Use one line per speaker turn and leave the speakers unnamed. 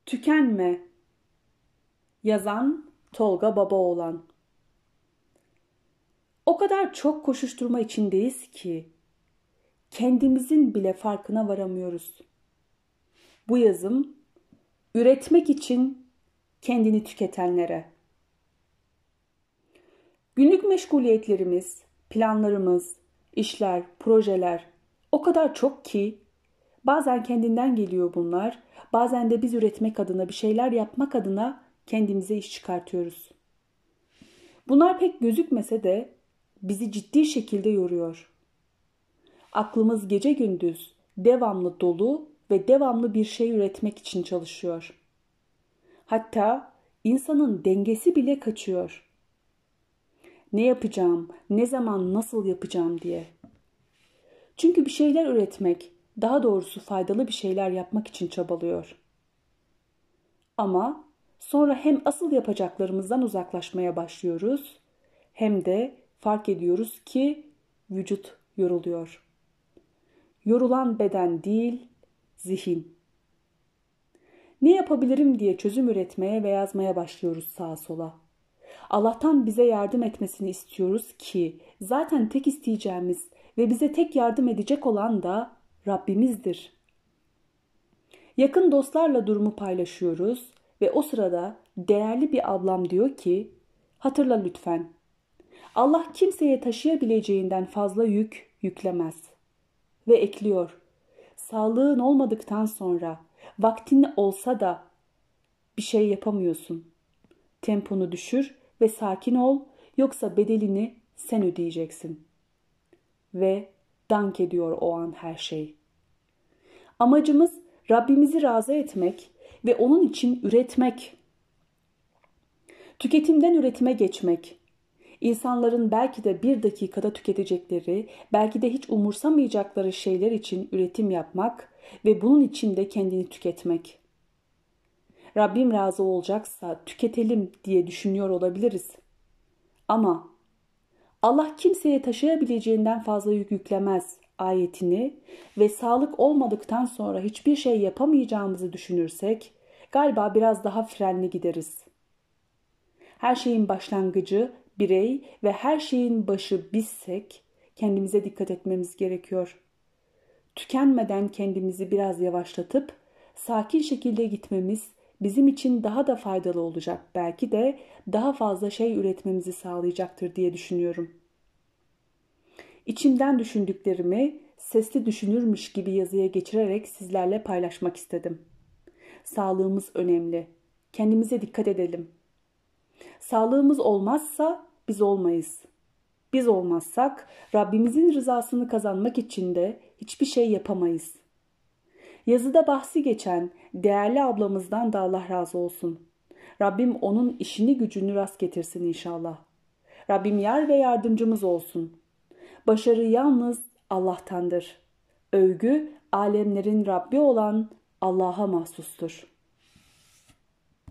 Tükenme. Yazan Tolga Babaoğlan. O kadar çok koşuşturma içindeyiz ki kendimizin bile farkına varamıyoruz. Bu yazım üretmek için kendini tüketenlere. Günlük meşguliyetlerimiz, planlarımız, işler, projeler o kadar çok ki bazen kendinden geliyor bunlar, bazen de biz üretmek adına, bir şeyler yapmak adına kendimize iş çıkartıyoruz. Bunlar pek gözükmese de bizi ciddi şekilde yoruyor. Aklımız gece gündüz devamlı dolu ve devamlı bir şey üretmek için çalışıyor. Hatta insanın dengesi bile kaçıyor. Ne yapacağım, ne zaman, nasıl yapacağım diye. Çünkü bir şeyler üretmek, daha doğrusu faydalı bir şeyler yapmak için çabalıyor. Ama sonra hem asıl yapacaklarımızdan uzaklaşmaya başlıyoruz, hem de fark ediyoruz ki vücut yoruluyor. Yorulan beden değil, zihin. Ne yapabilirim diye çözüm üretmeye ve yazmaya başlıyoruz sağa sola. Allah'tan bize yardım etmesini istiyoruz ki zaten tek isteyeceğimiz ve bize tek yardım edecek olan da Rabbimizdir. Yakın dostlarla durumu paylaşıyoruz ve o sırada değerli bir ablam diyor ki, hatırla lütfen, Allah kimseye taşıyabileceğinden fazla yük yüklemez. Ve ekliyor, sağlığın olmadıktan sonra, vaktin olsa da bir şey yapamıyorsun. Temponu düşür ve sakin ol, yoksa bedelini sen ödeyeceksin. Ve dank ediyor o an her şey. Amacımız Rabbimizi razı etmek ve onun için üretmek. Tüketimden üretime geçmek. İnsanların belki de bir dakikada tüketecekleri, belki de hiç umursamayacakları şeyler için üretim yapmak ve bunun için de kendini tüketmek. Rabbim razı olacaksa tüketelim diye düşünüyor olabiliriz. Ama Allah kimseye taşıyabileceğinden fazla yük yüklemez ayetini ve sağlık olmadıktan sonra hiçbir şey yapamayacağımızı düşünürsek galiba biraz daha frenli gideriz. Her şeyin başlangıcı birey ve her şeyin başı bizsek kendimize dikkat etmemiz gerekiyor. Tükenmeden kendimizi biraz yavaşlatıp sakin şekilde gitmemiz bizim için daha da faydalı olacak. Belki de daha fazla şey üretmemizi sağlayacaktır diye düşünüyorum. İçimden düşündüklerimi sesli düşünürmüş gibi yazıya geçirerek sizlerle paylaşmak istedim. Sağlığımız önemli. Kendimize dikkat edelim. Sağlığımız olmazsa biz olmayız. Biz olmazsak Rabbimizin rızasını kazanmak için de hiçbir şey yapamayız. Yazıda bahsi geçen değerli ablamızdan da Allah razı olsun. Rabbim onun işini gücünü rast getirsin inşallah. Rabbim yar ve yardımcımız olsun. Başarı yalnız Allah'tandır. Övgü alemlerin Rabbi olan Allah'a mahsustur.